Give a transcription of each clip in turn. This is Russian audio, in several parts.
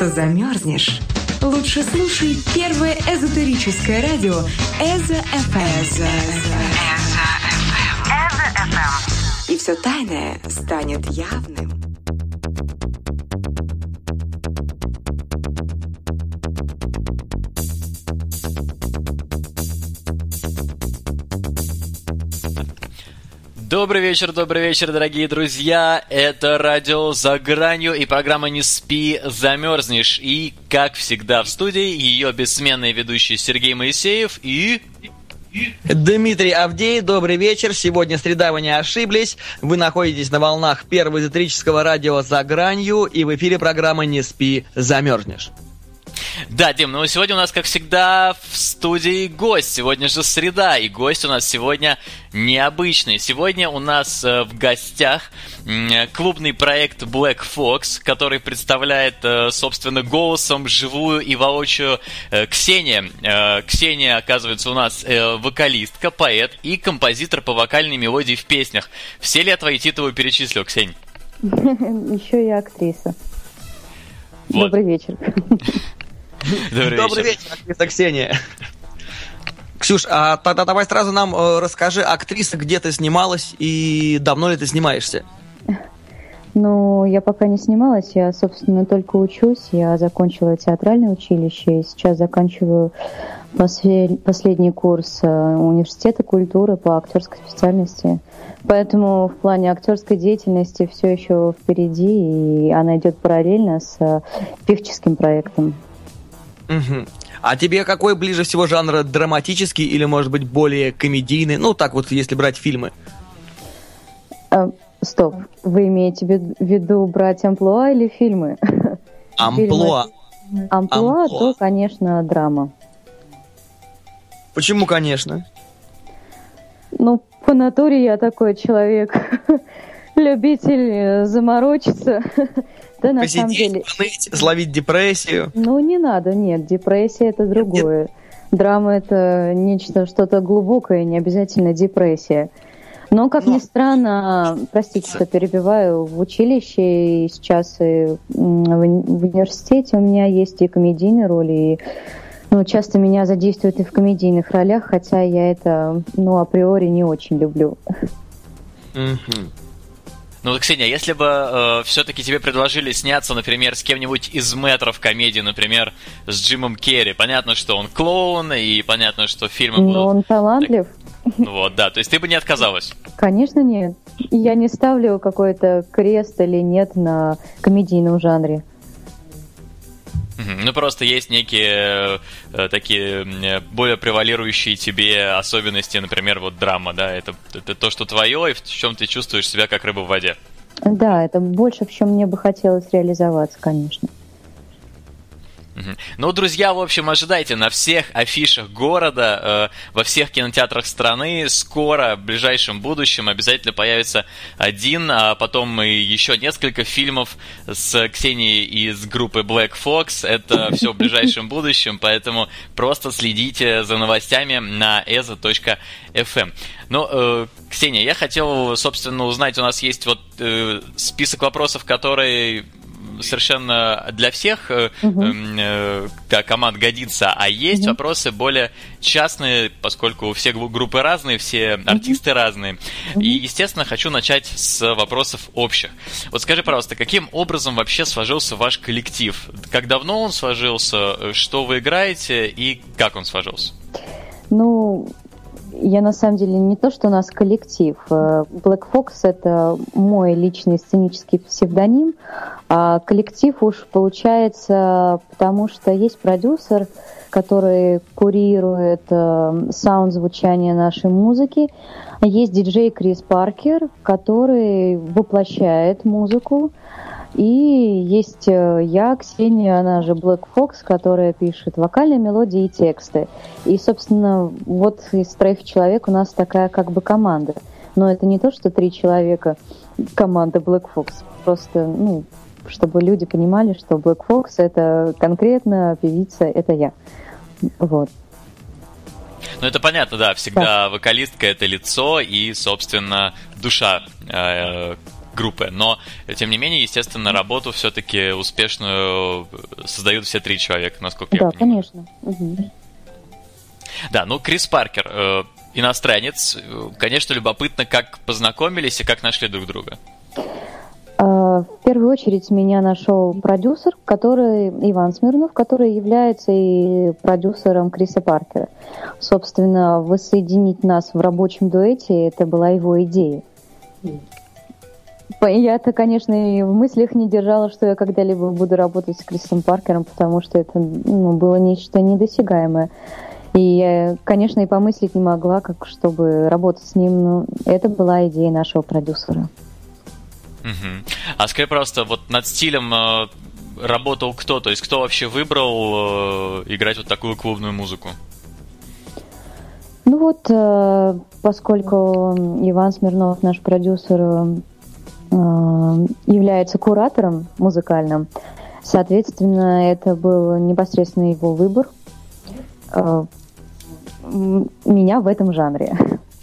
что замерзнешь, лучше слушай первое эзотерическое радио Эзо-ФМ. И все тайное станет явным. Добрый вечер, дорогие друзья. Это радио «За гранью» и программа «Не спи, замерзнешь». И, как всегда, в студии ее бессменный ведущий Сергей Моисеев и... Дмитрий Авдеев, добрый вечер. Сегодня среда, вы не ошиблись. Вы находитесь на волнах первого эзотерического радио «За гранью», и в эфире программа «Не спи, замерзнешь». Да, Дим, ну сегодня у нас, как всегда, в студии гость. Сегодня же среда, и гость у нас сегодня необычный. Сегодня у нас в гостях клубный проект Black Fox, который представляет, собственно, голосом живую и воочию Ксения. Ксения, оказывается, у нас вокалистка, поэт и композитор по вокальной мелодии в песнях. Все ли я твои титулы перечислил, Ксень? Еще я актриса. Вот. Добрый вечер. Добрый вечер, актриса Ксения. Ксюш, а тогда давай сразу нам расскажи, актриса, где ты снималась и давно ли ты снимаешься? Ну, я пока не снималась, я, собственно, только учусь. Я закончила театральное училище и сейчас заканчиваю последний курс университета культуры по актерской специальности. Поэтому в плане актерской деятельности все еще впереди, и она идет параллельно с певческим проектом. Угу. А тебе какой ближе всего жанр, драматический или, может быть, более комедийный? Ну, так вот, если брать фильмы. Стоп, вы имеете в виду брать амплуа или фильмы? Амплуа. Амплуа, то, конечно, драма. Почему, конечно? Ну, по натуре я такой человек, любитель заморочиться. Да, на самом деле. Поныть, словить депрессию. Ну, не надо, нет, депрессия это другое. Драма это нечто, что-то глубокое, не обязательно депрессия. Но, как ни странно, простите, что перебиваю, в училище и сейчас и в университете у меня есть и комедийные роли, и часто меня задействуют и в комедийных ролях, хотя я это, априори не очень люблю. Ну, Ксения, если бы все-таки тебе предложили сняться, например, с кем-нибудь из мэтров комедии, например, с Джимом Керри, понятно, что он клоун, и понятно, что фильмы будут... Но он талантлив. Вот, да, то есть ты бы не отказалась? Конечно, нет. Я не ставлю какой-то крест или нет на комедийном жанре. Ну, просто есть некие такие более превалирующие тебе особенности, например, вот драма, да, это то, что твое, и в чем ты чувствуешь себя как рыба в воде. Да, это больше, в чем мне бы хотелось реализоваться, конечно. Ну, друзья, в общем, ожидайте на всех афишах города, во всех кинотеатрах страны. Скоро, в ближайшем будущем, обязательно появится один, а потом и еще несколько фильмов с Ксенией из группы Black Fox. Это все в ближайшем будущем, поэтому просто следите за новостями на ezo.fm. Ну, Ксения, я хотел, собственно, узнать, у нас есть вот список вопросов, которые... совершенно для всех команд годится, а есть вопросы более частные, поскольку все группы разные, все артисты разные. И, естественно, хочу начать с вопросов общих. Вот скажи, пожалуйста, каким образом вообще сложился ваш коллектив? Как давно он сложился? Что вы играете и как он сложился? Ну, я на самом деле не то, что у нас коллектив. Black Fox — это мой личный сценический псевдоним, а коллектив уж получается, потому что есть продюсер, который курирует саунд звучания нашей музыки, есть диджей Крис Паркер, который воплощает музыку, и есть я, Ксения, она же Black Fox, которая пишет вокальные мелодии и тексты. И, собственно, вот из 3 человек у нас такая как бы команда. Но это не то, что 3 человека команда Black Fox. Просто, чтобы люди понимали, что Black Fox — это конкретно певица, это я. Вот. Ну, это понятно, да. Всегда вокалистка — это лицо и, собственно, душа группы. Но, тем не менее, естественно, работу все-таки успешную создают все 3 человека, насколько я понимаю. Да, конечно. Да, ну, Крис Паркер, иностранец. Конечно, любопытно, как познакомились и как нашли друг друга. В первую очередь меня нашел продюсер, Иван Смирнов, который является и продюсером Криса Паркера. Собственно, воссоединить нас в рабочем дуэте – это была его идея. Я-то, конечно, и в мыслях не держала, что я когда-либо буду работать с Крисом Паркером, потому что это было нечто недосягаемое. И я, конечно, и помыслить не могла, чтобы работать с ним, но это была идея нашего продюсера. А скажи просто, вот над стилем работал кто? То есть кто вообще выбрал играть вот такую клубную музыку? Ну вот, поскольку Иван Смирнов, наш продюсер, является куратором музыкальным, соответственно, это был непосредственно его выбор меня в этом жанре.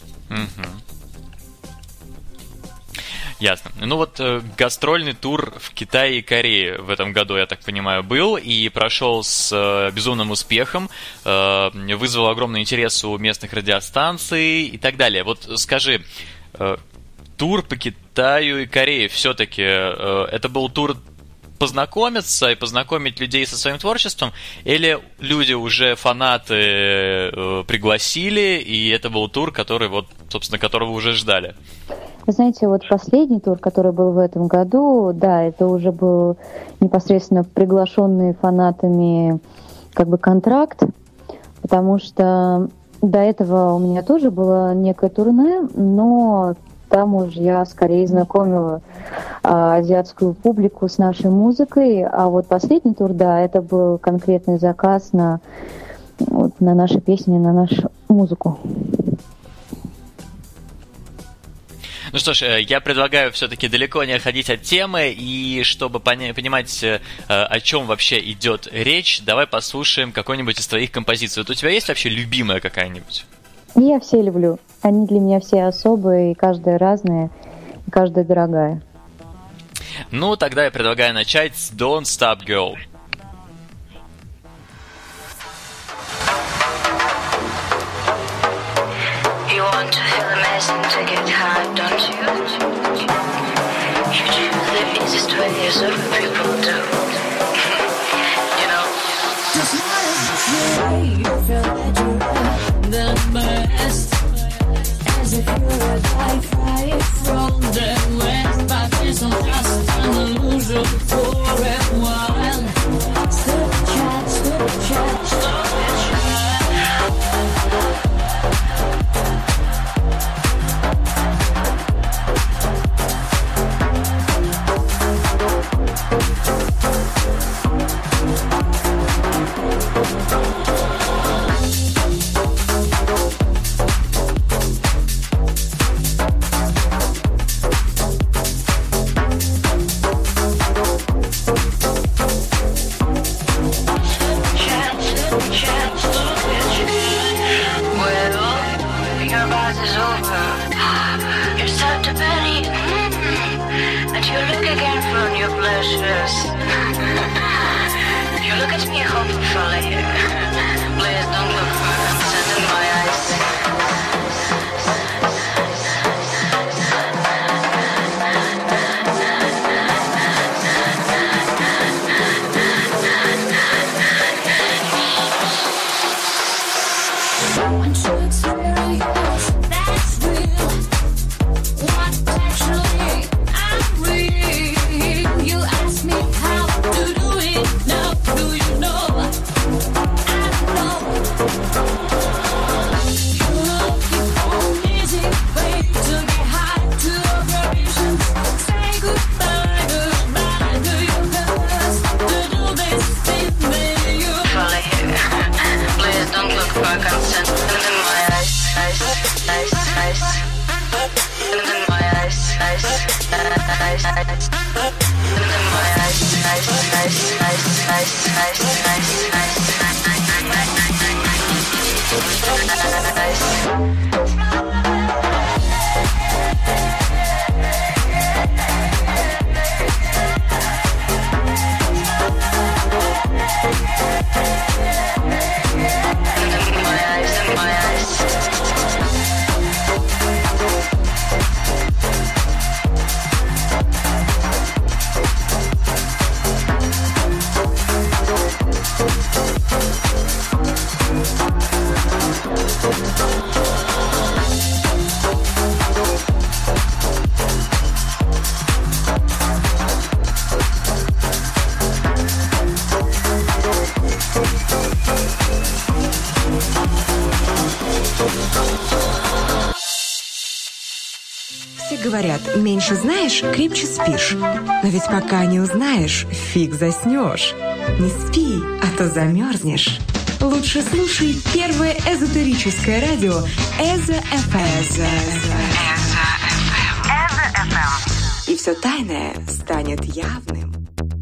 Ясно. Ну вот гастрольный тур в Китае и Корее в этом году, я так понимаю, был и прошел с безумным успехом, вызвал огромный интерес у местных радиостанций и так далее. Вот скажи, тур по Китаю и Корее все-таки это был тур познакомиться и познакомить людей со своим творчеством, или люди уже фанаты пригласили, и это был тур, который вот, собственно, которого уже ждали? Вы знаете, вот последний тур, который был в этом году, да, это уже был непосредственно приглашенный фанатами контракт, потому что до этого у меня тоже было некое турне, но там уже я скорее знакомила азиатскую публику с нашей музыкой, а вот последний тур, да, это был конкретный заказ на наши песни, на нашу музыку. Ну что ж, я предлагаю все-таки далеко не отходить от темы, и чтобы понимать, о чем вообще идет речь, давай послушаем какой-нибудь из твоих композиций. Вот у тебя есть вообще любимая какая-нибудь? Я все люблю. Они для меня все особые, и каждая разная, и каждая дорогая. Ну, тогда я предлагаю начать с Don't Stop Girl. You want to feel amazing to get high, don't you? You choose the easiest way, so people do. You know. Just you feel that you're the best, as if you were like right from the west, but it's just an illusion for a while. Stop the chat, stop the chat, stop the chat. говорят, меньше знаешь, крепче спишь. Но ведь пока не узнаешь, фиг заснешь. Не спи, а то замерзнешь. Лучше слушай первое эзотерическое радио Эзо-ФМ. И все тайное станет явным.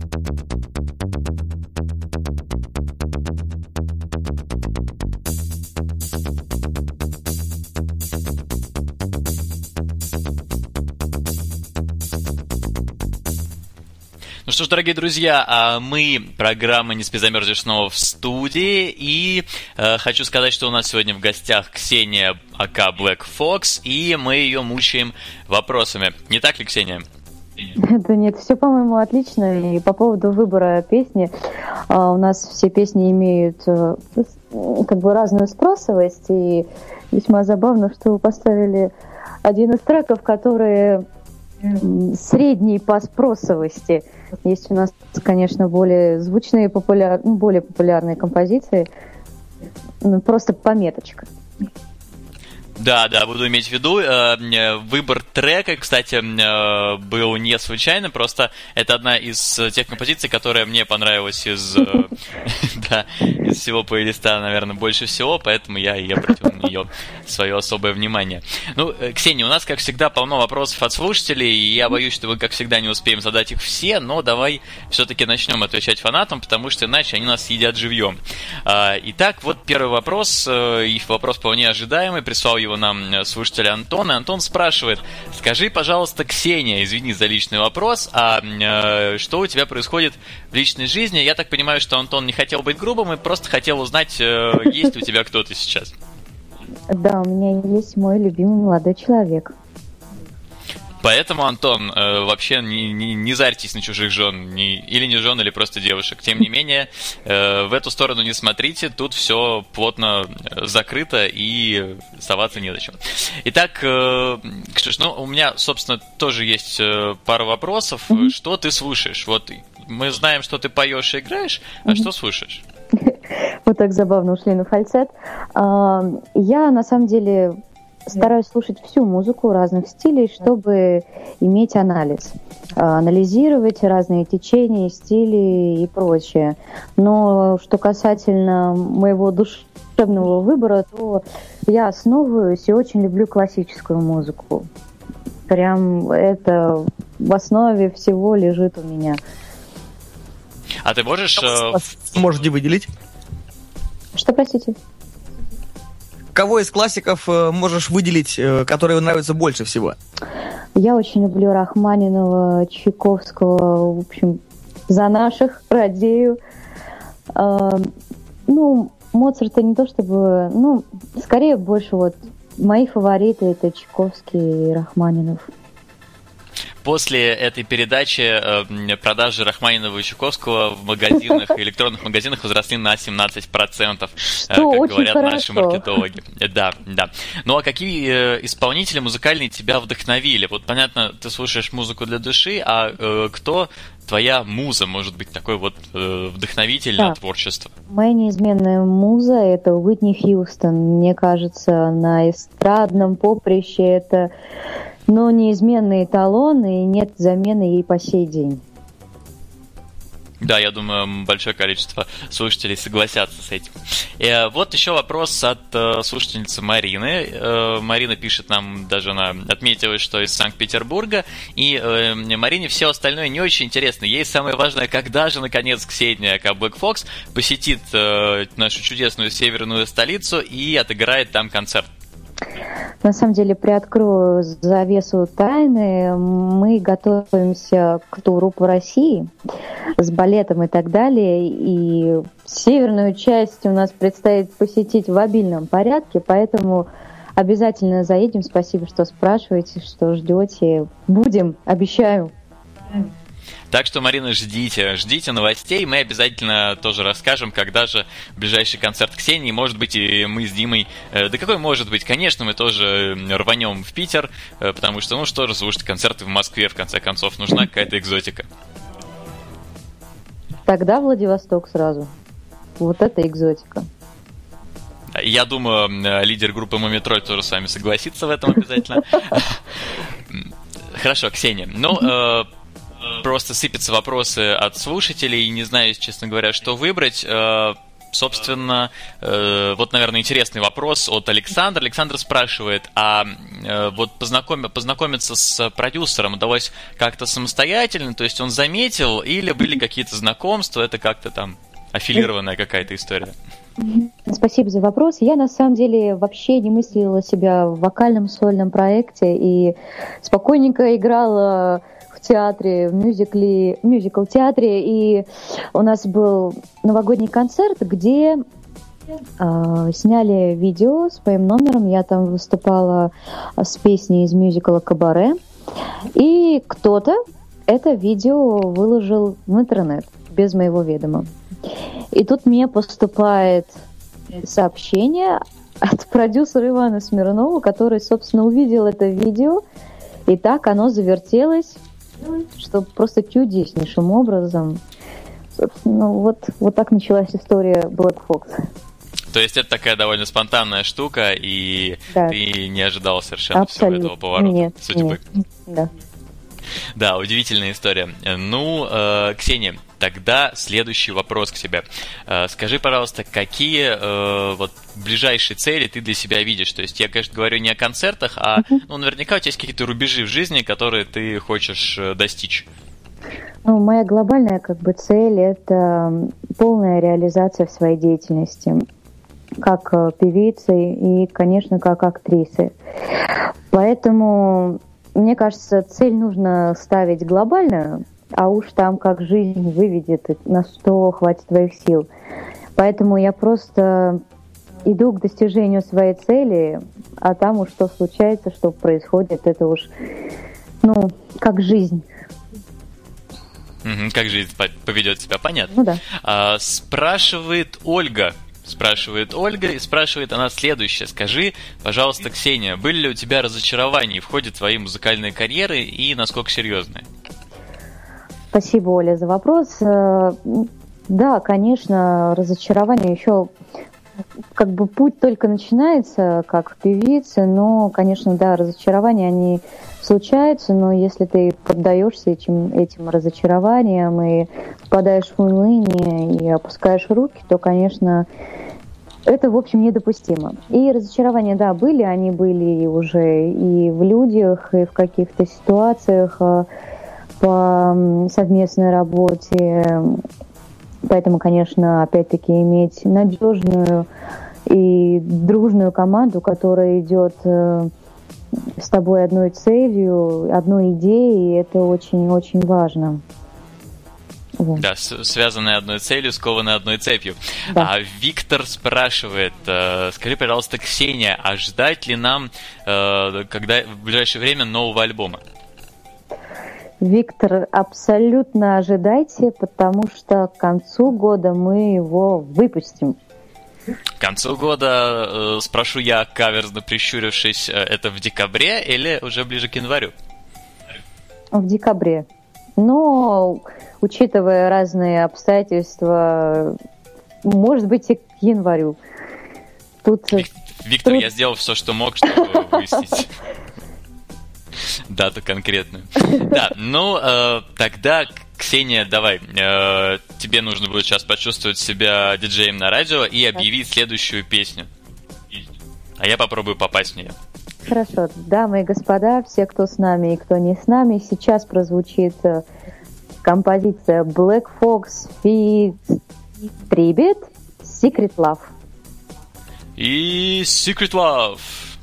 Ну что ж, дорогие друзья, мы, программа «Не спи, замерзнешь» снова в студии, и хочу сказать, что у нас сегодня в гостях Ксения АК Black Fox, и мы ее мучаем вопросами. Не так ли, Ксения? Да нет, все, по-моему, отлично. И по поводу выбора песни, у нас все песни имеют как бы разную спросовость, и весьма забавно, что вы поставили один из треков, который средний по спросовости. Есть у нас, конечно, более звучные, более популярные композиции. Просто пометочка. Да, буду иметь в виду. Выбор трека, кстати, был не случайным, просто это одна из тех композиций, которая мне понравилась из всего плейлиста, наверное, больше всего, поэтому я и обратил на нее свое особое внимание. Ну, Ксения, у нас, как всегда, полно вопросов от слушателей, и я боюсь, что мы, как всегда, не успеем задать их все, но давай все-таки начнем отвечать фанатам, потому что иначе они нас съедят живьем. Итак, вот первый вопрос, и вопрос вполне ожидаемый, прислал его нам слушатель Антон, и Антон спрашивает: скажи, пожалуйста, Ксения, извини за личный вопрос, что у тебя происходит в личной жизни? Я так понимаю, что Антон не хотел быть грубым и просто хотел узнать, есть ли у тебя кто-то сейчас. Да, у меня есть мой любимый молодой человек. Поэтому, Антон, вообще не зарьтесь на чужих жен, или не жен, или просто девушек. Тем не менее, в эту сторону не смотрите, тут все плотно закрыто и соваться незачем. Итак, Ксюш, у меня, собственно, тоже есть пара вопросов. Что ты слушаешь? Вот мы знаем, что ты поешь и играешь, а что слушаешь? Вот так забавно ушли на фальцет. Я, на самом деле, стараюсь слушать всю музыку разных стилей, чтобы иметь анализ, анализировать разные течения, стили и прочее. Но что касательно моего душевного выбора, то я основываюсь и очень люблю классическую музыку. Прям это в основе всего лежит у меня. А ты можешь... Можете выделить? Что, простите? Кого из классиков можешь выделить, которые нравятся больше всего? Я очень люблю Рахманинова, Чайковского, в общем, за наших радею. Моцарта не то чтобы... скорее больше мои фавориты — это Чайковский и Рахманинов. После этой передачи продажи Рахманинова и Чайковского в магазинах, электронных магазинах возросли на 17%, как говорят наши маркетологи. Да. Ну а какие исполнители музыкальные тебя вдохновили? Вот понятно, ты слушаешь музыку для души, а кто твоя муза, может быть, такой вдохновитель на творчество? Моя неизменная муза — это Уитни Хьюстон. Мне кажется, на эстрадном поприще это... Но неизменный эталон, и нет замены ей по сей день. Да, я думаю, большое количество слушателей согласятся с этим. Вот еще вопрос от слушательницы Марины. Марина пишет нам, даже она отметила, что из Санкт-Петербурга, и Марине все остальное не очень интересно. Ей самое важное, когда же, наконец, Ксения АК Black Fox посетит нашу чудесную северную столицу и отыграет там концерт. На самом деле, приоткрою завесу тайны. Мы готовимся к туру по России с балетом и так далее. И северную часть у нас предстоит посетить в обильном порядке, поэтому обязательно заедем. Спасибо, что спрашиваете, что ждете. Будем, обещаю. Так что, Марина, ждите новостей. Мы обязательно тоже расскажем, когда же ближайший концерт Ксении. Может быть, и мы с Димой... Да какой может быть? Конечно, мы тоже рванем в Питер, потому что, что же слушать концерты в Москве, в конце концов, нужна какая-то экзотика. Тогда Владивосток сразу. Вот это экзотика. Я думаю, лидер группы Мумий Тролль тоже с вами согласится в этом обязательно. Хорошо, Ксения. Просто сыпятся вопросы от слушателей, не знаю, честно говоря, что выбрать. Собственно, вот, наверное, интересный вопрос от Александра. Александр спрашивает, вот познакомиться с продюсером удалось как-то самостоятельно, то есть он заметил, или были какие-то знакомства, это как-то там аффилированная какая-то история? Спасибо за вопрос. Я, на самом деле, вообще не мыслила себя в вокальном сольном проекте и спокойненько играла в театре, в мюзикл-театре, и у нас был новогодний концерт, где сняли видео с моим номером, я там выступала с песней из мюзикла «Кабаре», и кто-то это видео выложил в интернет без моего ведома. И тут мне поступает сообщение от продюсера Ивана Смирнова, который, собственно, увидел это видео, и так оно завертелось, что просто чудеснейшим образом. Собственно, вот так началась история Black Fox. То есть это такая довольно спонтанная штука, и да. Ты не ожидал совершенно всего этого поворота судьбы. Нет, да. Да, удивительная история. Ксения, тогда следующий вопрос к тебе. Скажи, пожалуйста, какие вот ближайшие цели ты для себя видишь? То есть я, конечно, говорю не о концертах, а наверняка у тебя есть какие-то рубежи в жизни, которые ты хочешь достичь. Моя глобальная цель – это полная реализация в своей деятельности, как певицы и, конечно, как актрисы. Поэтому, мне кажется, цель нужно ставить глобальную, а уж там как жизнь выведет, на что хватит твоих сил. Поэтому я просто иду к достижению своей цели, а там уж что случается, что происходит, это уж, как жизнь. Как жизнь поведет себя, понятно. Да. Спрашивает Ольга, и спрашивает она следующее. Скажи, пожалуйста, Ксения, были ли у тебя разочарования в ходе твоей музыкальной карьеры и насколько серьезные? Спасибо, Оля, за вопрос. Да, конечно, разочарование еще путь только начинается, как певицы, но, конечно, да, разочарования, они случаются, но если ты поддаешься этим разочарованиям и впадаешь в уныние и опускаешь руки, то, конечно, это, в общем, недопустимо. И разочарования, да, они были уже и в людях, и в каких-то ситуациях по совместной работе. Поэтому, конечно, опять-таки иметь надежную и дружную команду, которая идет с тобой одной целью, одной идеей, это очень-очень важно. Да, связанные одной целью, скованные одной цепью. Да. Виктор спрашивает, скажи, пожалуйста, Ксения, а ждать ли нам когда в ближайшее время нового альбома? Виктор, абсолютно ожидайте, потому что к концу года мы его выпустим. К концу года, спрошу я, каверзно прищурившись, это в декабре или уже ближе к январю? В декабре. Но, учитывая разные обстоятельства, может быть и к январю. Виктор, я сделал все, что мог, чтобы выяснить дату конкретную. Да, тогда, Ксения, давай. Тебе нужно будет сейчас почувствовать себя диджеем на радио и объявить следующую песню. А я попробую попасть в нее. Хорошо. Дамы и господа, все, кто с нами и кто не с нами, сейчас прозвучит композиция Black Fox feat. Tribute Secret Love. И Secret Love.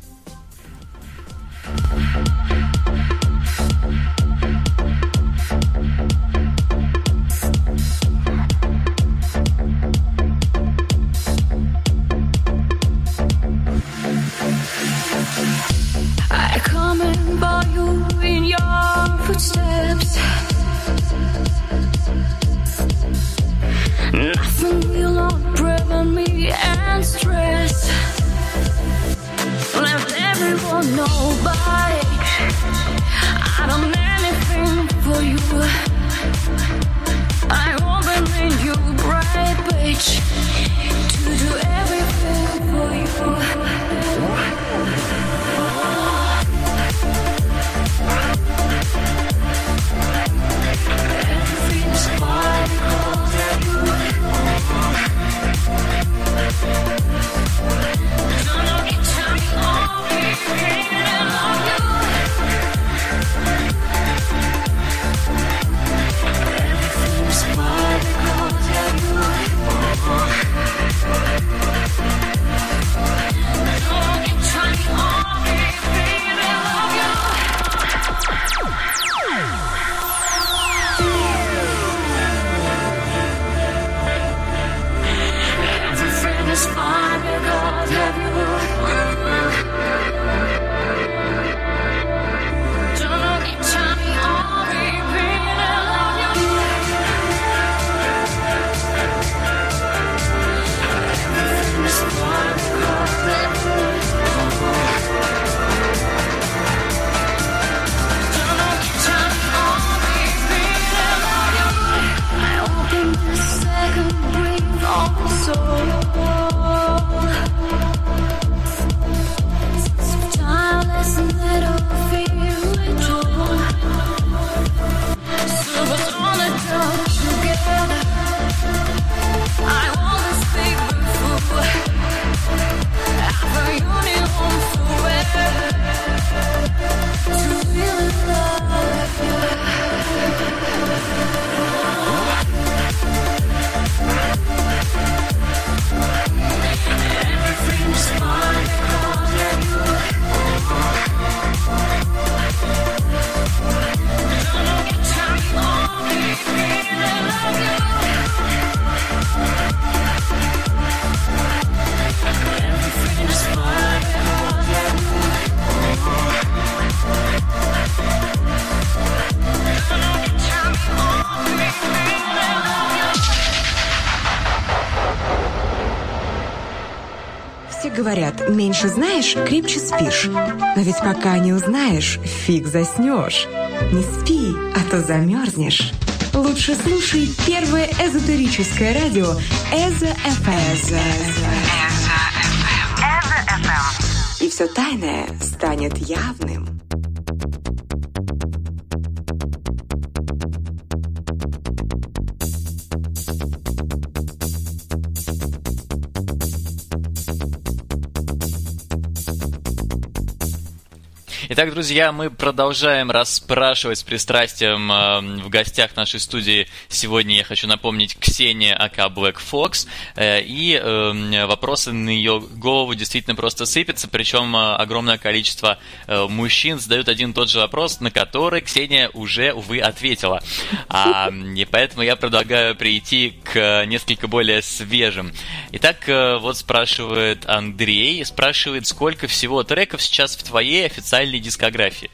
I come and follow you in your footsteps. Nothing will not prevent me and stress. Let everyone know by I done anything for you. I open a new bright page to do everything for you. Все говорят, меньше знаешь, крепче спишь. Но ведь пока не узнаешь, фиг заснешь. Не спи, а то замерзнешь. Лучше слушай первое эзотерическое радио Эзо-ФМ. И все тайное станет явным. Итак, друзья, мы продолжаем расспрашивать с пристрастием в гостях нашей студии. Сегодня я хочу напомнить Ксения ака Black Fox. И вопросы на ее голову действительно просто сыпятся. Причем огромное количество мужчин задают один и тот же вопрос, на который Ксения уже, увы, ответила. И поэтому я предлагаю перейти к несколько более свежим. Итак, вот спрашивает Андрей. Спрашивает, сколько всего треков сейчас в твоей официальной дискографии?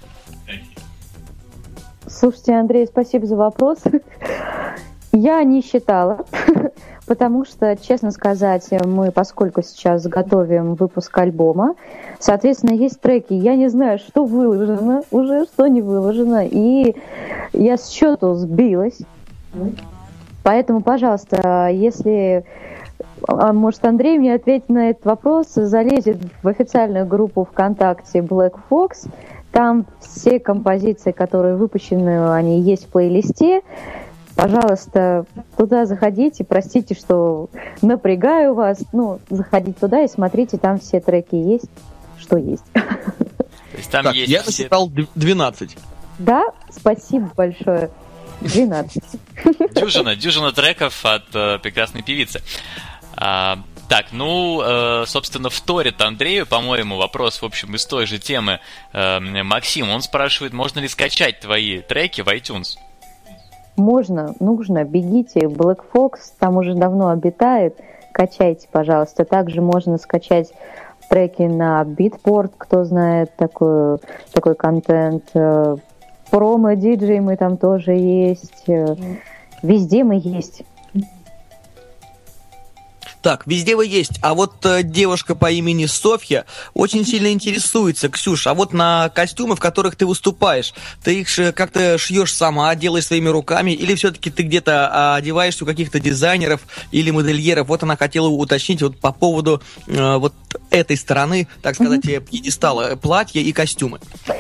Слушайте, Андрей, спасибо за вопрос. Я не считала, потому что, честно сказать, мы, поскольку сейчас готовим выпуск альбома, соответственно, есть треки, я не знаю, что выложено уже, что не выложено, и я с счету сбилась. Поэтому, пожалуйста, если... может, Андрей мне ответит на этот вопрос, залезет в официальную группу ВКонтакте Black Fox. Там все композиции, которые выпущены, они есть в плейлисте. Пожалуйста, туда заходите. Простите, что напрягаю вас. Заходите туда и смотрите, там все треки есть, что есть. То есть там так, есть я насчитал 12. Да, спасибо большое. 12. Дюжина треков от прекрасной певицы. Так, собственно, вторит Андрею, по-моему, вопрос, в общем, из той же темы. Максим, он спрашивает, можно ли скачать твои треки в iTunes? Можно, нужно, бегите. Black Fox там уже давно обитает. Качайте, пожалуйста. Также можно скачать треки на Beatport, кто знает такой контент. Промо-диджей мы там тоже есть. Везде мы есть. Так, везде вы есть. А вот девушка по имени Софья очень сильно интересуется. Ксюш, а вот на костюмы, в которых ты выступаешь, ты их как-то шьешь сама, делаешь своими руками, или все-таки ты где-то одеваешься у каких-то дизайнеров или модельеров? Вот она хотела уточнить вот по поводу вот этой стороны, так сказать, пьедестала, платья и костюмы.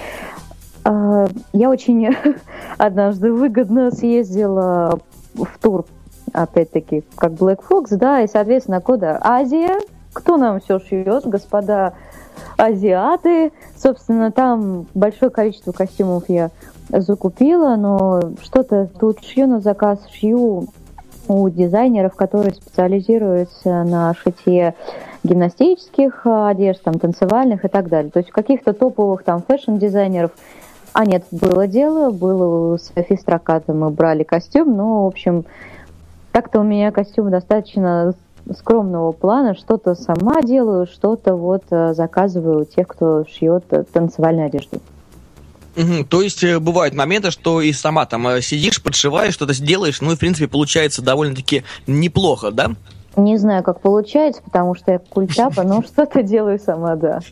Я очень однажды выгодно съездила в тур, опять-таки, как Black Fox, да, и, соответственно, куда? Азия. Кто нам все шьет, господа азиаты? Собственно, там большое количество костюмов я закупила, но что-то тут шью на заказ, шью у дизайнеров, которые специализируются на шитье гимнастических одежд, там, танцевальных и так далее. То есть каких-то топовых там фэшн-дизайнеров. А нет, было дело, было у Софи Строката, мы брали костюм, но, в общем, так-то у меня костюм достаточно скромного плана, что-то сама делаю, что-то вот заказываю у тех, кто шьет танцевальную одежду. То есть бывают моменты, что и сама там сидишь, подшиваешь, что-то делаешь, ну и в принципе получается довольно-таки неплохо, да? Не знаю, как получается, потому что я культяпа, но что-то делаю сама, да.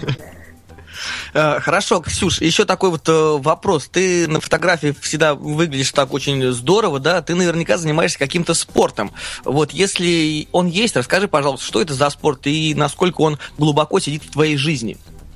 Хорошо, Ксюш, еще такой вот вопрос. Ты на фотографии всегда выглядишь так очень здорово, да? Ты наверняка занимаешься каким-то спортом. Вот, если он есть, расскажи, пожалуйста, что это за спорт и насколько он глубоко сидит в твоей жизни?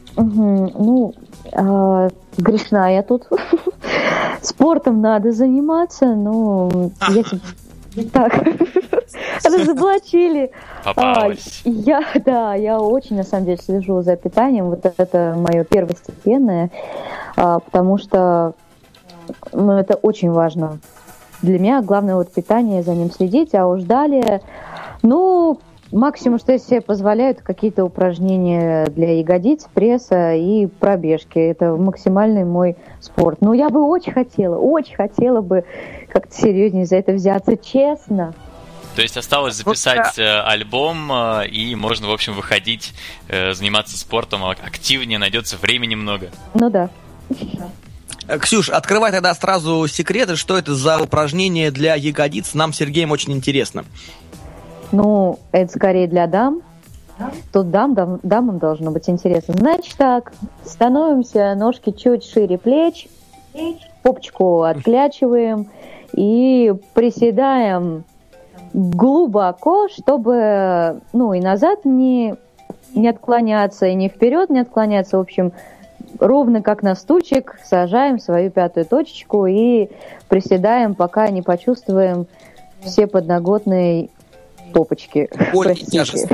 Грешна я тут. Спортом надо заниматься, но я так разоблачили. Попалась. Я очень, на самом деле, слежу за питанием. Вот это мое первостепенное, потому что это очень важно для меня. Главное вот питание, за ним следить, а уж далее, максимум, что я себе позволяю, это какие-то упражнения для ягодиц, пресса и пробежки. Это максимальный мой спорт. Но я бы очень хотела бы как-то серьезнее за это взяться, честно. То есть осталось записать альбом, и можно, в общем, выходить, заниматься спортом активнее, найдется времени много. Ну да. Ксюш, открывай тогда сразу секреты, что это за упражнение для ягодиц. Нам с Сергеем очень интересно. Это скорее для дам. Тут дамам должно быть интересно. Значит так, становимся, ножки чуть шире плеч, попочку отклячиваем и приседаем глубоко, чтобы, и назад не отклоняться, и не вперед не отклоняться. В общем, ровно как на стульчик сажаем свою пятую точечку и приседаем, пока не почувствуем все подноготные попочки. Боль и тяжесть.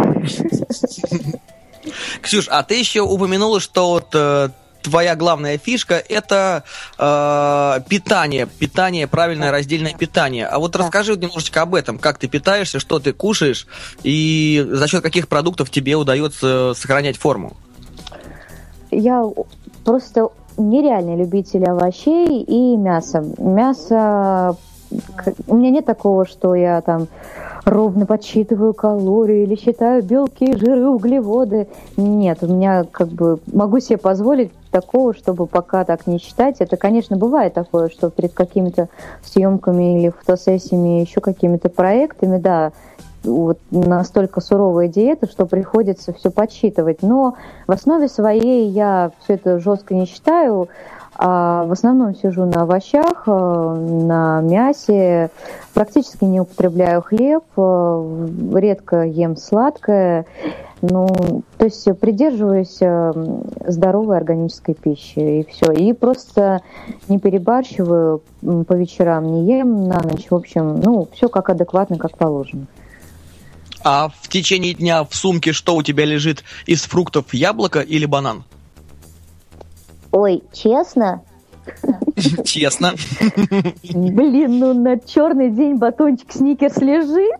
Ксюш, а ты еще упомянула, что вот твоя главная фишка – это питание, правильное раздельное питание. А вот расскажи немножечко об этом, как ты питаешься, что ты кушаешь и за счет каких продуктов тебе удается сохранять форму. Я просто нереальный любитель овощей и мяса. Мясо... У меня нет такого, что я там ровно подсчитываю калории или считаю белки, жиры, углеводы. Нет, у меня могу себе позволить такого, чтобы пока так не считать. Это, конечно, бывает такое, что перед какими-то съемками или фотосессиями, еще какими-то проектами, да, вот настолько суровая диета, что приходится все подсчитывать. Но в основе своей я все это жестко не считаю. А в основном сижу на овощах, на мясе, практически не употребляю хлеб, редко ем сладкое. То есть придерживаюсь здоровой органической пищи, и все. И просто не перебарщиваю, по вечерам не ем на ночь. В общем, все как адекватно, как положено. А в течение дня в сумке что у тебя лежит из фруктов, яблоко или банан? Ой, честно? Честно. Блин, на черный день батончик Сникерс лежит.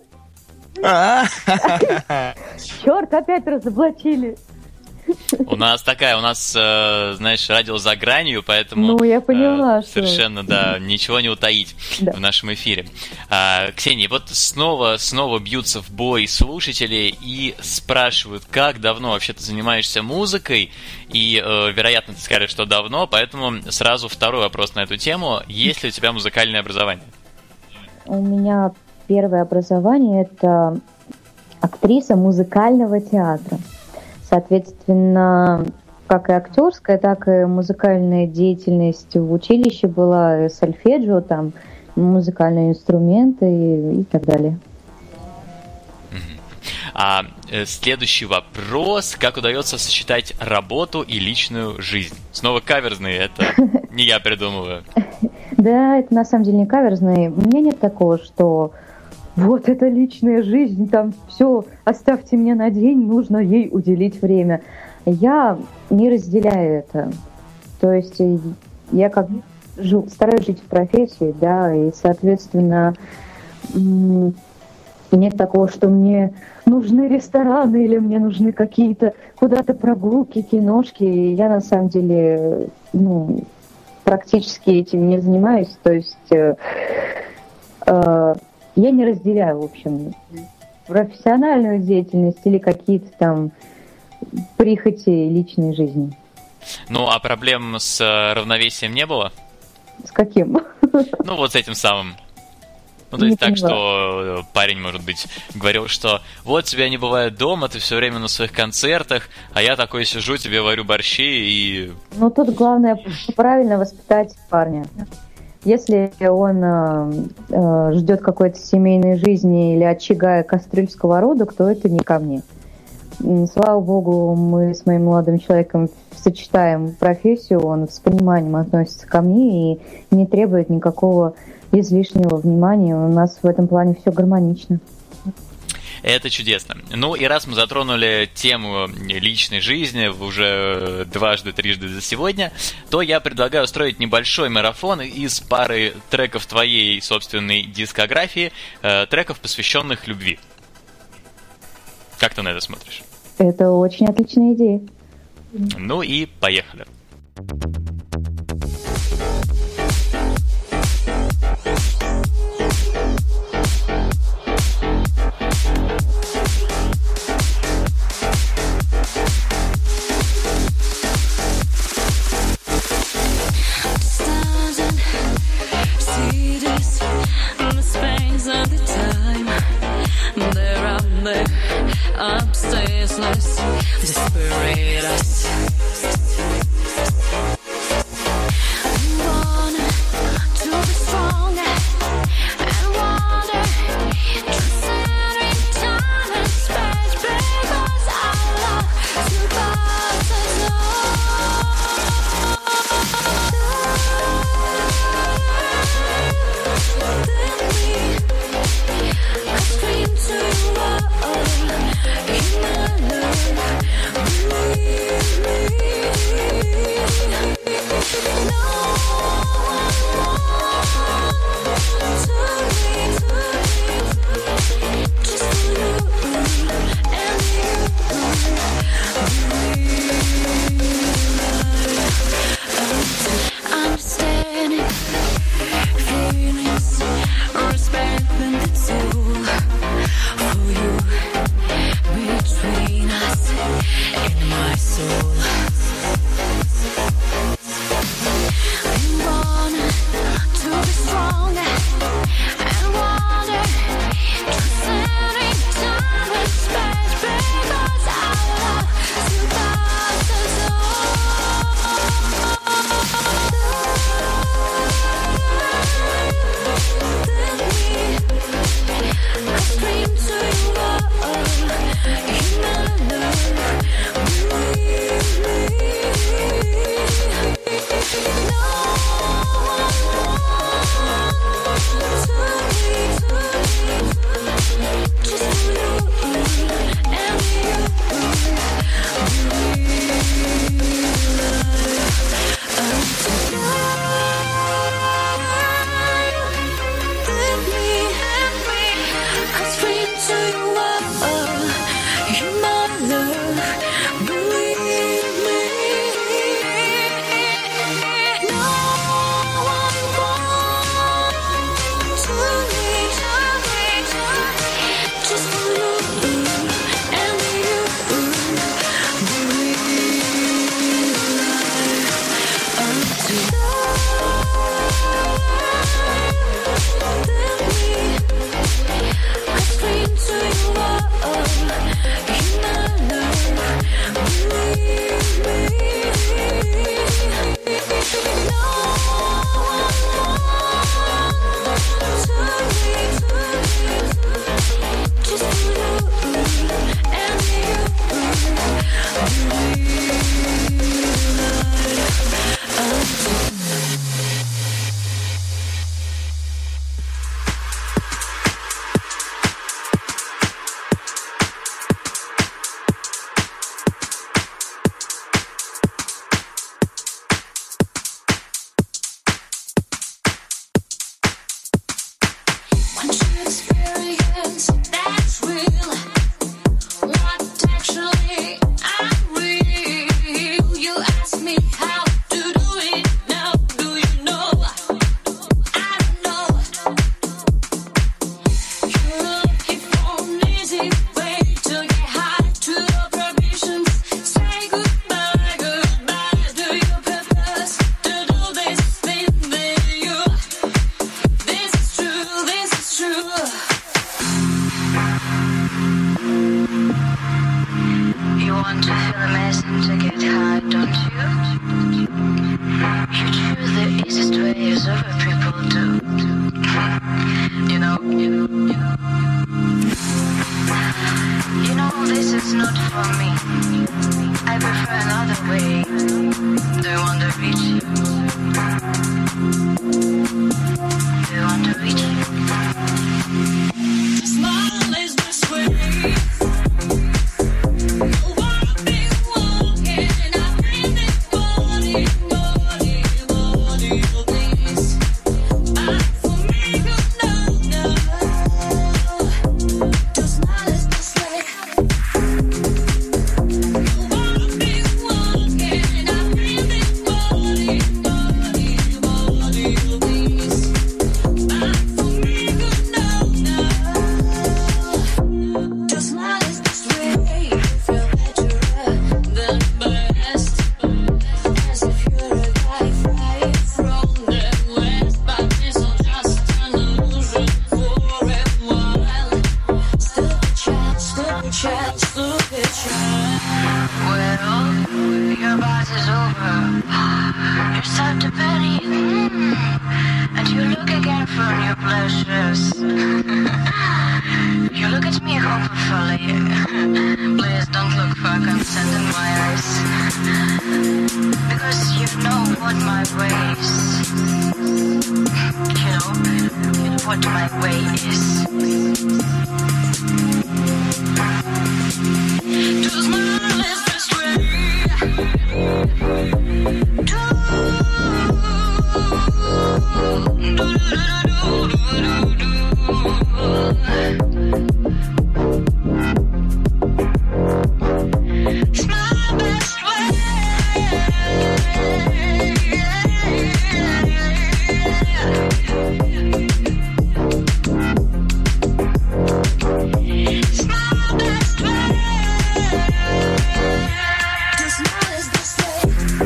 Черт, опять разоблачили. У нас, знаешь, радио за гранью, поэтому я поняла, совершенно, да, ничего не утаить в нашем эфире. Ксения, вот снова бьются в бой слушатели и спрашивают, как давно вообще ты занимаешься музыкой, и, вероятно, ты скажешь, что давно, поэтому сразу второй вопрос на эту тему. Есть ли у тебя музыкальное образование? У меня первое образование – это актриса музыкального театра. Соответственно, как и актерская, так и музыкальная деятельность в училище была, сольфеджио, там, музыкальные инструменты и так далее. А следующий вопрос. Как удается сочетать работу и личную жизнь? Снова каверзный, это не я придумываю. Да, это на самом деле не каверзный. У меня нет такого, что... Вот это личная жизнь, там все, оставьте меня на день, нужно ей уделить время. Я не разделяю это. То есть я стараюсь жить в профессии, да, и, соответственно, нет такого, что мне нужны рестораны или мне нужны какие-то куда-то прогулки, киношки. И я, на самом деле, практически этим не занимаюсь. То есть... я не разделяю, в общем, профессиональную деятельность или какие-то там прихоти личной жизни. А проблем с равновесием не было? С каким? Вот с этим самым. То есть так, что парень, может быть, говорил, что вот тебя не бывает дома, ты все время на своих концертах, а я такой сижу, тебе варю борщи и... Тут главное правильно воспитать парня. Если он ждет какой-то семейной жизни или очага кастрюль сковородок, то это не ко мне. Слава богу, мы с моим молодым человеком сочетаем профессию, он с пониманием относится ко мне и не требует никакого излишнего внимания. У нас в этом плане все гармонично. Это чудесно. И раз мы затронули тему личной жизни уже трижды за сегодня, то я предлагаю устроить небольшой марафон из пары треков твоей собственной дискографии, треков, посвященных любви. Как ты на это смотришь? Это очень отличная идея. И поехали. Ceaseless, desperate us. We want to be strong and wander, transcending time and space, because our love surpasses I scream to you all. Just Just look at you. Well, your part is over. It's time to panic. And you look again for new pleasures. You look at me hopefully. Please don't look for consent in my eyes. Because you know what my way is. You know what my way is. To smile is this way. It's my best way. It's my best way. To smile is this way.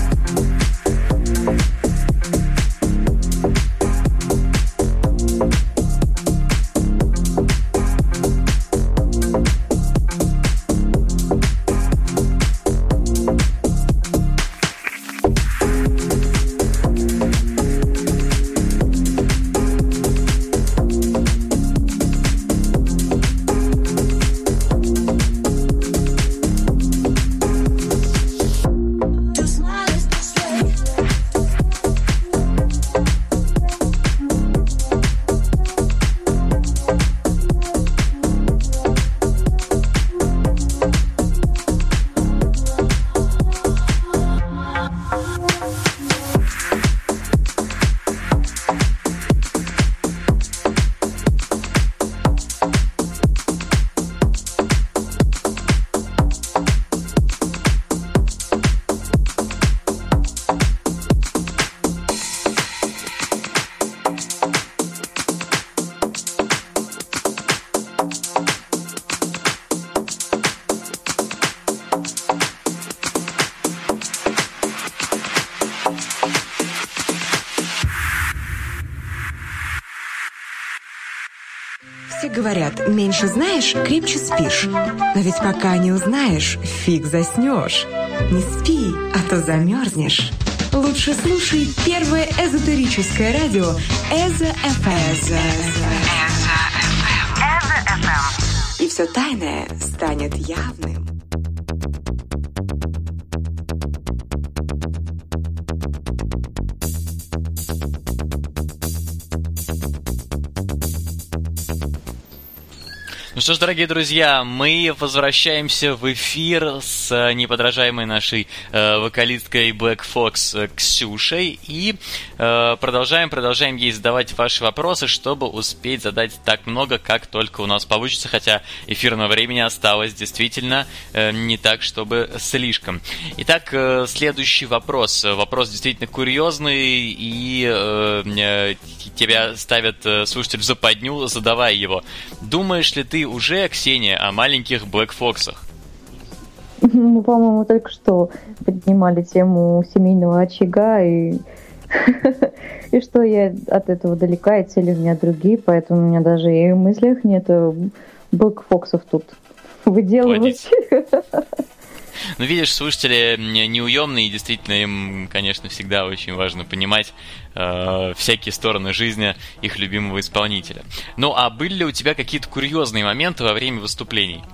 To smile is this way. Все говорят, меньше знаешь, крепче спишь. Но ведь пока не узнаешь, фиг заснешь. Не спи, а то замерзнешь. Лучше слушай первое эзотерическое радио Эзо-ФМ. И все тайное станет явным. Ну что ж, дорогие друзья, мы возвращаемся в эфир с неподражаемой нашей вокалисткой Black Fox Ксюшей и продолжаем ей задавать ваши вопросы, чтобы успеть задать так много, как только у нас получится, хотя эфирного времени осталось действительно не так, чтобы слишком. Итак, следующий вопрос. Вопрос действительно курьезный, и тебя ставят слушатель в западню, задавай его. Думаешь ли ты уже, Ксения, о маленьких Black Fox'ах? Мы, по-моему, только что поднимали тему семейного очага, и и что я от этого далека, и цели у меня другие, поэтому у меня даже и в мыслях нет Black Fox'ов тут выделывать. Ну, видишь, слушатели неуемные, и действительно им, конечно, всегда очень важно понимать всякие стороны жизни их любимого исполнителя. Ну, а были ли у тебя какие-то курьезные моменты во время выступлений?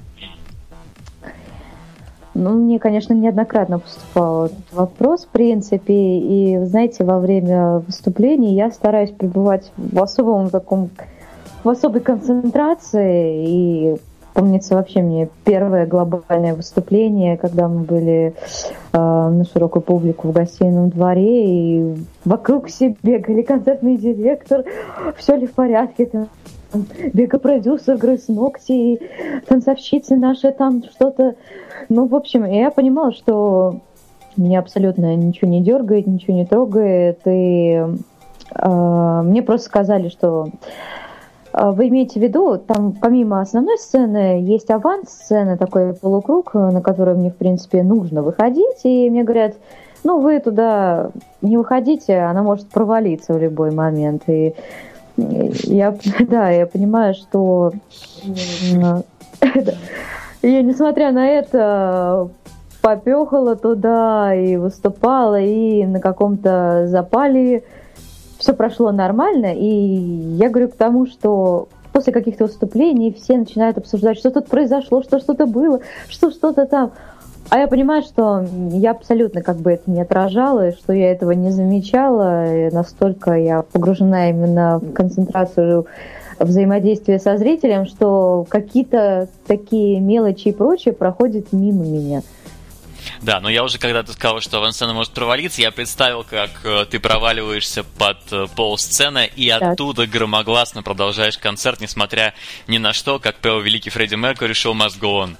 Ну, мне, конечно, неоднократно поступал этот вопрос, в принципе, и, вы знаете, во время выступлений я стараюсь пребывать в особой концентрации, и помнится вообще мне первое глобальное выступление, когда мы были на широкую публику в гостином дворе, и вокруг все бегали концертный директор, все ли в порядке, там бега-продюсер грыз ногти, и танцовщицы наши там что-то. Ну, в общем, я понимала, что меня абсолютно ничего не дергает, ничего не трогает, и мне просто сказали, что вы имеете в виду, там помимо основной сцены есть аванс-сцена, такой полукруг, на который мне, в принципе, нужно выходить, и мне говорят, ну, вы туда не выходите, она может провалиться в любой момент, и я понимаю, что Я, несмотря на это, попехала туда и выступала, и на каком-то запале все прошло нормально. И я говорю к тому, что после каких-то выступлений все начинают обсуждать, что тут произошло, что что-то было, что что-то там. А я понимаю, что я абсолютно как бы это не отражала, и что я этого не замечала, и настолько я погружена именно в концентрацию взаимодействия со зрителем, что какие-то такие мелочи и прочее проходят мимо меня. Да, но я уже когда-то сказал, что авансцена может провалиться, я представил, как ты проваливаешься под пол сцены и оттуда громогласно продолжаешь концерт, несмотря ни на что, как пел великий Фредди Меркьюри, show must go on.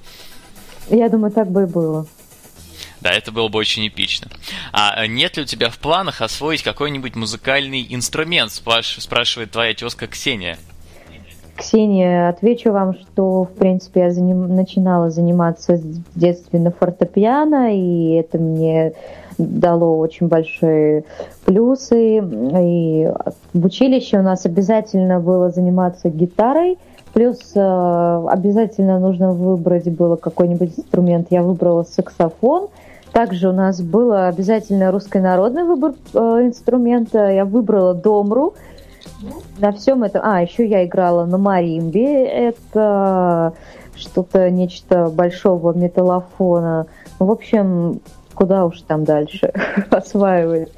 Я думаю, так бы и было. Да, это было бы очень эпично. А нет ли у тебя в планах освоить какой-нибудь музыкальный инструмент, спрашивает твоя тезка Ксения? Ксения, отвечу вам, что, в принципе, я начинала заниматься в детстве на фортепиано, и это мне дало очень большие плюсы. И в училище у нас обязательно было заниматься гитарой, плюс обязательно нужно выбрать было какой-нибудь инструмент. Я выбрала саксофон. Также у нас было обязательно русский народный выбор инструмента. Я выбрала домру. На всем этом... еще я играла на маримбе. Это что-то, нечто большого металлофона. В общем, куда уж там дальше осваивать.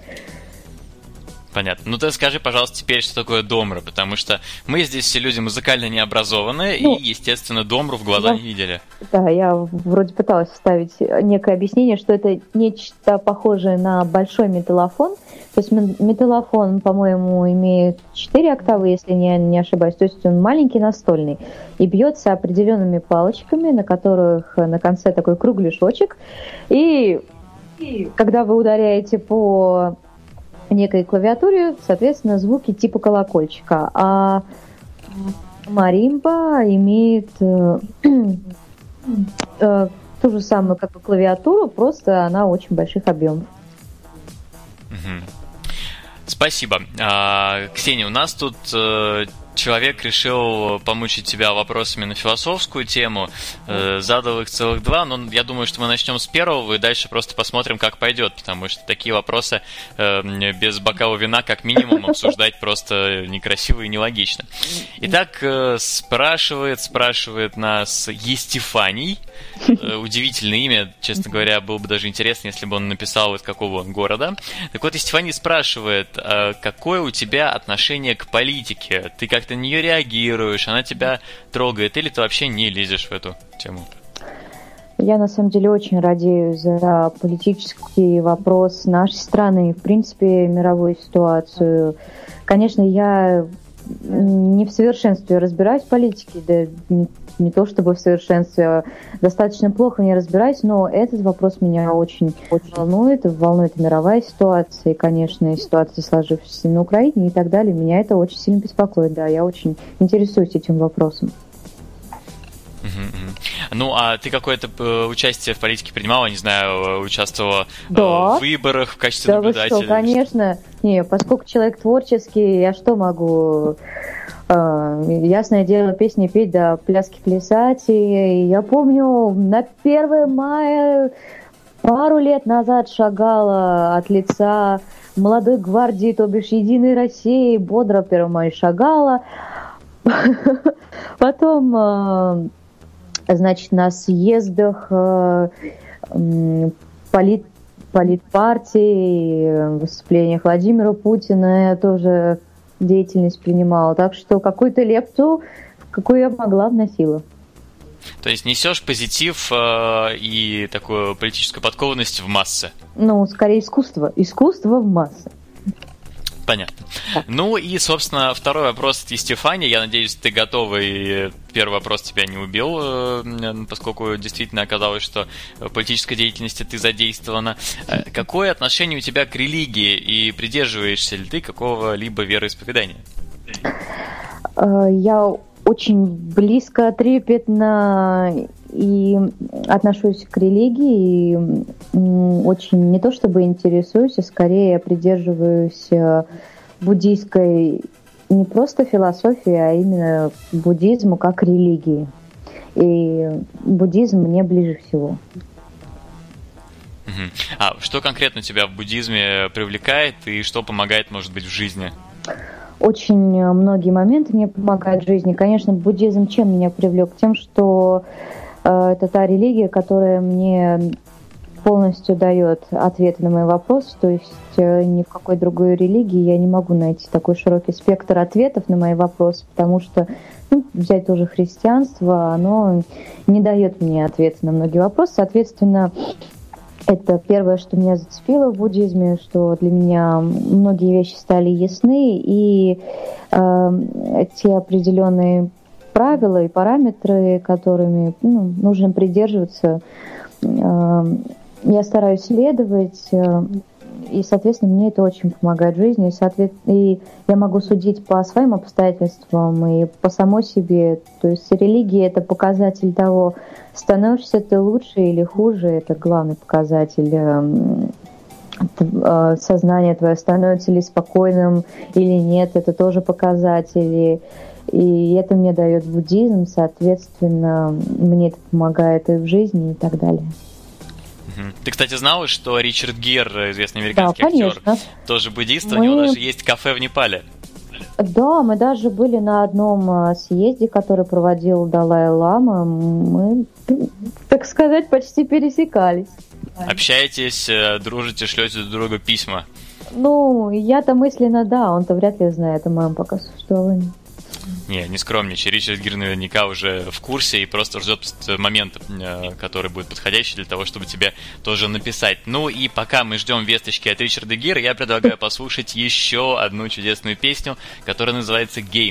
Понятно. Ну ты скажи, пожалуйста, теперь, что такое домра, потому что мы здесь все люди музыкально необразованные и, естественно, домру в глаза не видели. Да, я вроде пыталась вставить некое объяснение, что это нечто похожее на большой металлофон. То есть металлофон, по-моему, имеет 4 октавы, если не ошибаюсь. То есть он маленький, настольный. И бьется определенными палочками, на которых на конце такой кругляшочек. И когда вы ударяете по некой клавиатуре, соответственно, звуки типа колокольчика. А маримба имеет ту же самую, как и клавиатуру, просто она очень больших объемов. Спасибо. Ксения, у нас тут человек решил помучить тебя вопросами на философскую тему, задал их целых 2, но я думаю, что мы начнем с первого и дальше просто посмотрим, как пойдет, потому что такие вопросы без бокала вина как минимум обсуждать просто некрасиво и нелогично. Итак, спрашивает нас Естефаний. Удивительное имя, честно говоря, было бы даже интересно, если бы он написал, из какого города. Так вот, Естефаний спрашивает, какое у тебя отношение к политике? Ты как-то на нее реагируешь, она тебя трогает, или ты вообще не лезешь в эту тему? Я, на самом деле, очень радею за политический вопрос нашей страны и, в принципе, мировую ситуацию. Конечно, я не в совершенстве разбираюсь в политике, да не то чтобы в совершенстве, а достаточно плохо не разбираюсь, но этот вопрос меня очень волнует мировая ситуация, и, конечно, ситуация, сложившаяся на Украине и так далее, меня это очень сильно беспокоит, да, я очень интересуюсь этим вопросом. Ну, а ты какое-то участие в политике принимала, не знаю, участвовала в выборах в качестве наблюдателя? Да, вы что, конечно. Не, поскольку человек творческий, я что могу... Ясное дело, песни петь, да пляски плясать. И я помню, на 1 мая пару лет назад шагала от лица молодой гвардии, то бишь Единой России, бодро 1 мая шагала. Потом, значит, на съездах политпартии, выступлениях Владимира Путина я тоже деятельность принимала. Так что какую-то лепту, какую я могла, вносила. То есть несешь позитив и такую политическую подкованность в массы? Ну, скорее искусство. Искусство в массы. Понятно. Ну и, собственно, второй вопрос от Естефани. Я надеюсь, ты готова, и первый вопрос тебя не убил, поскольку действительно оказалось, что в политической деятельности ты задействована. Какое отношение у тебя к религии, и придерживаешься ли ты какого-либо вероисповедания? Я очень близко, трепетно и отношусь к религии, и очень не то чтобы интересуюсь, а скорее я придерживаюсь буддийской не просто философии, а именно буддизму как религии. И буддизм мне ближе всего. А что конкретно тебя в буддизме привлекает и что помогает, может быть, в жизни? Очень многие моменты мне помогают в жизни. Конечно, буддизм чем меня привлек? Тем, что это та религия, которая мне полностью дает ответы на мои вопросы. То есть ни в какой другой религии я не могу найти такой широкий спектр ответов на мои вопросы, потому что взять тоже христианство, оно не дает мне ответы на многие вопросы. Соответственно, это первое, что меня зацепило в буддизме, что для меня многие вещи стали ясны, и те определенные правила и параметры, которыми нужно придерживаться, я стараюсь следовать, и, соответственно, мне это очень помогает в жизни, и я могу судить по своим обстоятельствам и по самой себе. То есть религия – это показатель того, становишься ты лучше или хуже, это главный показатель. Сознание твое становится ли спокойным или нет, это тоже показатели. И это мне дает буддизм, соответственно, мне это помогает и в жизни, и так далее. Ты, кстати, знала, что Ричард Гир, известный американский актер, тоже буддист, у него даже есть кафе в Непале? Да, мы даже были на одном съезде, который проводил Далай-лама. Мы, так сказать, почти пересекались. Общаетесь, дружите, шлете друг другу письма? Я-то мысленно, да, он-то вряд ли знает о моем пока существовании. Не скромничай. Ричард Гир наверняка уже в курсе и просто ждет момента, который будет подходящий для того, чтобы тебе тоже написать. И пока мы ждем весточки от Ричарда Гира, я предлагаю послушать еще одну чудесную песню, которая называется «Game».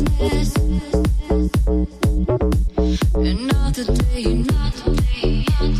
Another day,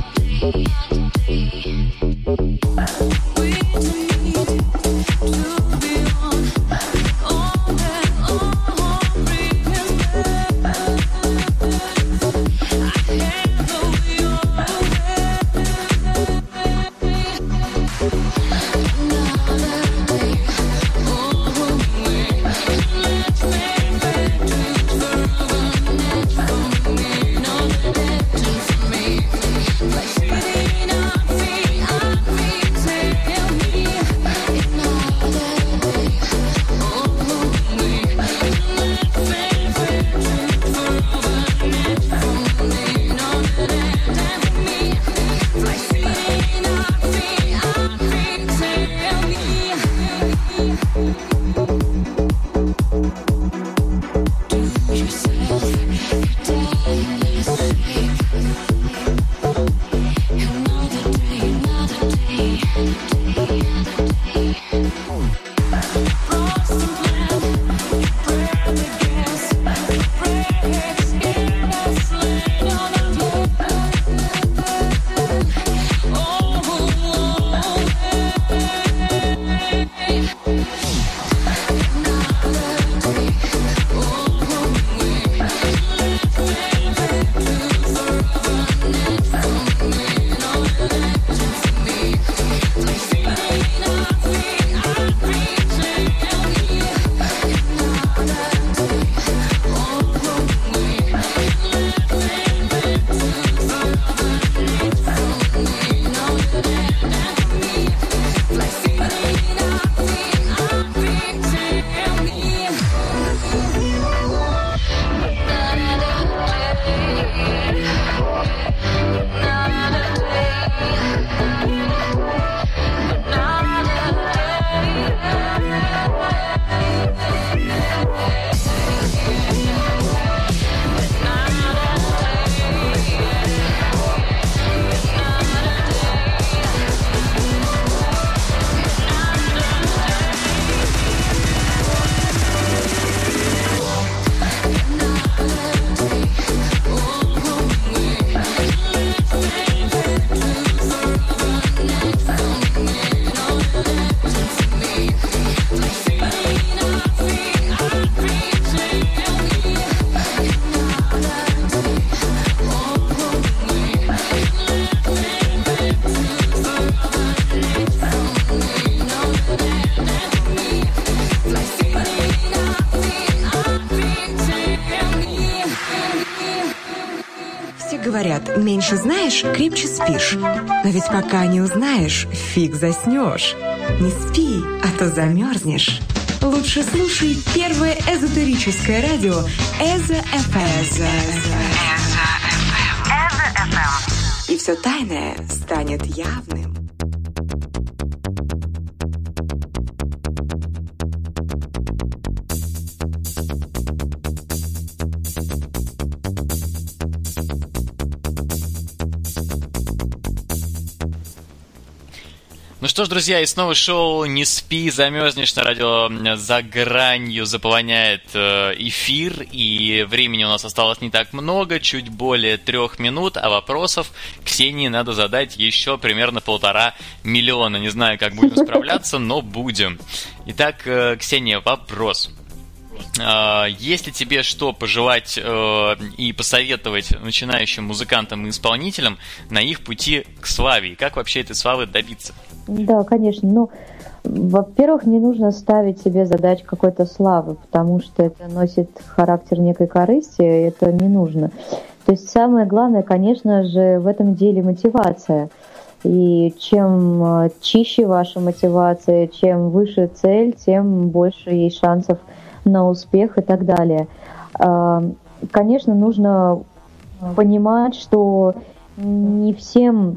говорят, меньше знаешь, крепче спишь. Но ведь пока не узнаешь, фиг заснешь. Не спи, а то замерзнешь. Лучше слушай первое эзотерическое радио Эзо-ФМ. И все тайное станет явным. Ну что ж, друзья, и снова шоу «Не спи, замерзнешь» на радио «За гранью» заполоняет эфир, и времени у нас осталось не так много, чуть более 3 минут, а вопросов Ксении надо задать еще примерно 1,5 миллиона. Не знаю, как будем справляться, но будем. Итак, Ксения, вопрос. Есть ли тебе что пожелать и посоветовать начинающим музыкантам и исполнителям на их пути к славе? И как вообще этой славы добиться? Да, конечно. Ну, во-первых, не нужно ставить себе задачу какой-то славы, потому что это носит характер некой корысти, и это не нужно. То есть самое главное, конечно же, в этом деле мотивация. И чем чище ваша мотивация, чем выше цель, тем больше есть шансов на успех и так далее. Конечно, нужно понимать, что не всем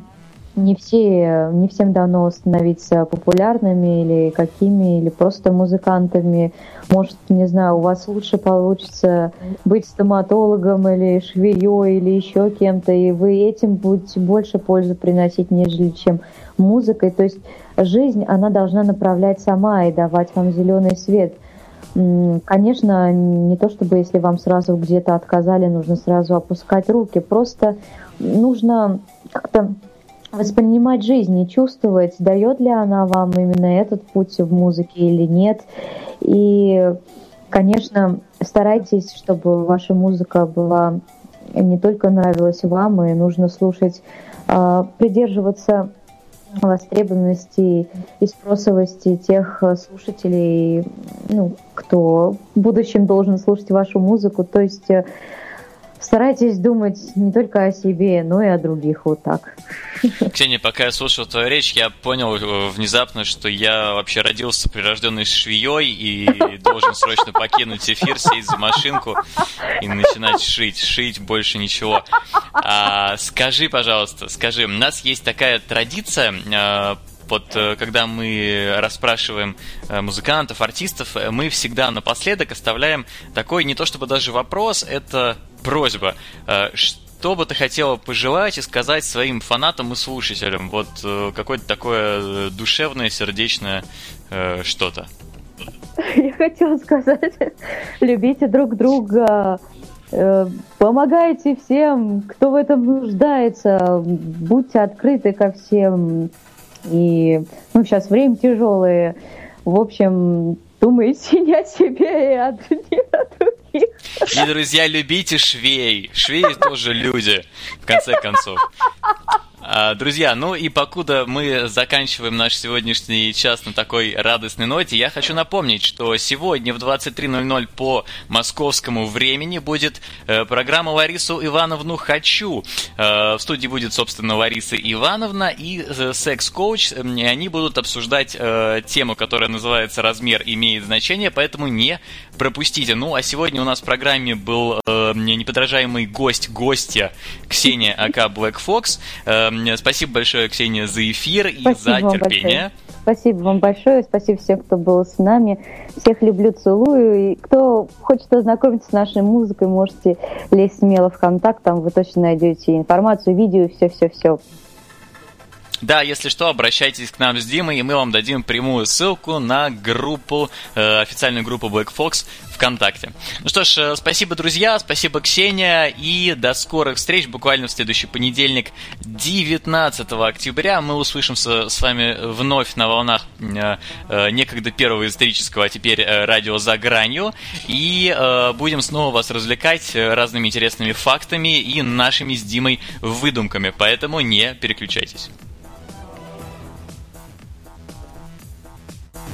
дано становиться популярными или какими, или просто музыкантами. Может, не знаю, у вас лучше получится быть стоматологом или швеей или еще кем-то, и вы этим будете больше пользы приносить, нежели чем музыкой. То есть жизнь, она должна направлять сама и давать вам зеленый свет. Конечно, не то чтобы если вам сразу где-то отказали, нужно сразу опускать руки. Просто нужно как-то воспринимать жизнь и чувствовать, дает ли она вам именно этот путь в музыке или нет. И, конечно, старайтесь, чтобы ваша музыка была не только нравилась вам, и нужно слушать, придерживаться востребованности и спросовости тех слушателей, кто в будущем должен слушать вашу музыку. То есть старайтесь думать не только о себе, но и о других. Вот так. Ксения, пока я слушал твою речь, я понял внезапно, что я вообще родился прирожденной швеей и должен срочно покинуть эфир, сесть за машинку и начинать шить больше ничего. Скажи, пожалуйста, у нас есть такая традиция, когда мы расспрашиваем музыкантов, артистов, мы всегда напоследок оставляем такой, не то чтобы даже вопрос, это просьба. Что бы ты хотела пожелать и сказать своим фанатам и слушателям? Вот какое-то такое душевное, сердечное что-то. Я хотела сказать, любите друг друга, помогайте всем, кто в этом нуждается, будьте открыты ко всем. И сейчас время тяжелое. В общем, думайте не о себе и о других. И, друзья, любите швей. Швеи тоже люди, в конце концов. Друзья, и покуда мы заканчиваем наш сегодняшний час на такой радостной ноте, я хочу напомнить, что сегодня в 23:00 по московскому времени будет программа «Ларису Ивановну хочу». В студии будет, собственно, Лариса Ивановна и секс-коуч. И они будут обсуждать тему, которая называется «Размер имеет значение», поэтому не пропустите. А сегодня у нас в программе был неподражаемый гостья Ксения АК Black Fox. Спасибо большое, Ксения, за эфир и за терпение. Спасибо вам большое. Спасибо всем, кто был с нами. Всех люблю, целую. И кто хочет ознакомиться с нашей музыкой, можете лезть смело в контакт. Там вы точно найдете информацию, видео и все-все-все. Да, если что, обращайтесь к нам с Димой, и мы вам дадим прямую ссылку на группу, официальную группу Black Fox ВКонтакте. Ну что ж, спасибо, друзья, спасибо, Ксения, и до скорых встреч. Буквально в следующий понедельник, 19 октября, мы услышимся с вами вновь на волнах некогда первого исторического, а теперь радио «За гранью», и будем снова вас развлекать разными интересными фактами и нашими с Димой выдумками, поэтому не переключайтесь.